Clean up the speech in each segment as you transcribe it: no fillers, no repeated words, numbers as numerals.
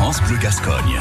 France Bleu Gascogne.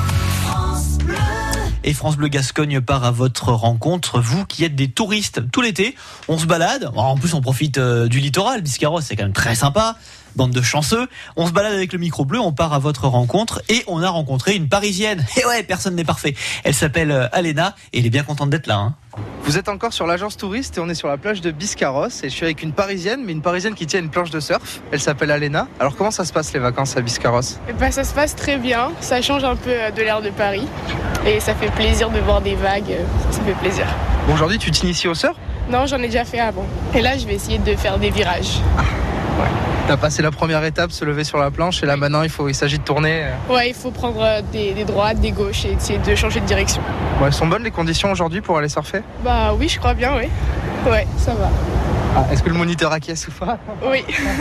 Et France Bleu Gascogne part à votre rencontre, vous qui êtes des touristes. Tout l'été, on se balade, en plus on profite du littoral, Biscarrosse c'est quand même très sympa, bande de chanceux. On se balade avec le micro bleu, on part à votre rencontre et on a rencontré une Parisienne. Et ouais, personne n'est parfait. Elle s'appelle Alena et elle est bien contente d'être là. Vous êtes encore sur l'agence touriste et on est sur la plage de Biscarrosse et je suis avec une Parisienne, mais une Parisienne qui tient une planche de surf. Elle s'appelle Alena. Alors comment ça se passe les vacances à Biscarrosse ? Ça se passe très bien, ça change un peu de l'air de Paris et ça fait plaisir de voir des vagues, ça fait plaisir. Bon, aujourd'hui tu t'inities au surf ? Non, j'en ai déjà fait avant et là je vais essayer de faire des virages. Ouais. T'as passé la première étape, se lever sur la planche et là maintenant il s'agit de tourner. Ouais, il faut prendre des droites, des gauches et essayer de changer de direction. Bon, elles sont bonnes les conditions aujourd'hui pour aller surfer ? Bah oui, je crois bien, oui. Ouais, ça va. Ah, est-ce que le moniteur acquiesce ou pas ? Oui.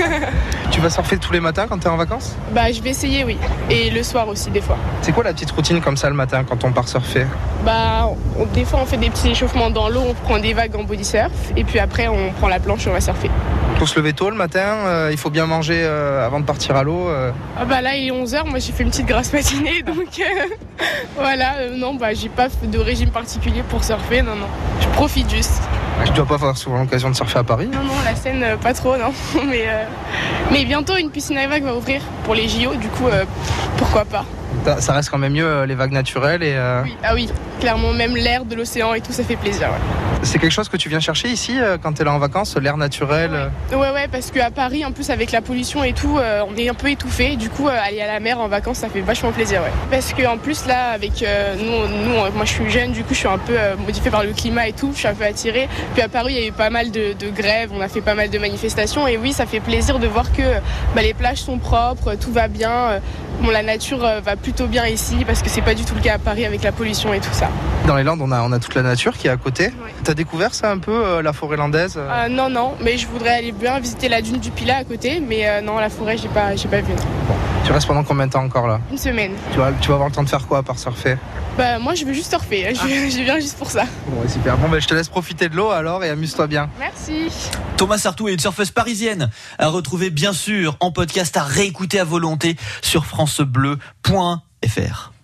Tu vas surfer tous les matins quand t'es en vacances ? Bah je vais essayer, oui. Et le soir aussi des fois. C'est quoi la petite routine comme ça le matin quand on part surfer ? Bah des fois on fait des petits échauffements dans l'eau, on prend des vagues en body surf et puis après on prend la planche et on va surfer. Pour se lever tôt le matin, il faut bien manger avant de partir à l'eau. Ah bah là il est 11h, moi j'ai fait une petite grasse matinée donc voilà, non bah j'ai pas de régime particulier pour surfer, non, je profite juste. Tu dois pas avoir souvent l'occasion de surfer à Paris ? Non, la Seine pas trop, non, mais bientôt une piscine à vagues va ouvrir pour les JO, du coup pourquoi pas. Ça reste quand même mieux les vagues naturelles et... Oui, ah oui, clairement même l'air de l'océan et tout ça fait plaisir. Ouais. C'est quelque chose que tu viens chercher ici quand t'es là en vacances, l'air naturel ? Ouais, parce qu'à Paris en plus avec la pollution et tout, on est un peu étouffé. Du coup aller à la mer en vacances ça fait vachement plaisir. Ouais. Parce qu'en plus là avec moi je suis jeune, du coup je suis un peu modifiée par le climat et tout, je suis un peu attirée. Puis à Paris il y a eu pas mal de grèves, on a fait pas mal de manifestations et oui ça fait plaisir de voir que les plages sont propres, tout va bien. La nature va plutôt bien ici parce que c'est pas du tout le cas à Paris avec la pollution et tout ça. Dans les Landes, on a toute la nature qui est à côté. Ouais. T'as découvert ça un peu, la forêt landaise ? Non, mais je voudrais aller bien visiter la dune du Pilat à côté, mais non, la forêt, j'ai pas vu. Bon. Tu restes pendant combien de temps encore là ? Une semaine. Tu vas avoir le temps de faire quoi à part surfer ? Moi, je veux juste surfer, je viens juste pour ça. Bon, ouais, super. Bon, je te laisse profiter de l'eau alors et amuse-toi bien. Merci. Thomas Sartou est une surfeuse parisienne à retrouver bien sûr en podcast, à réécouter à volonté sur francebleu.fr.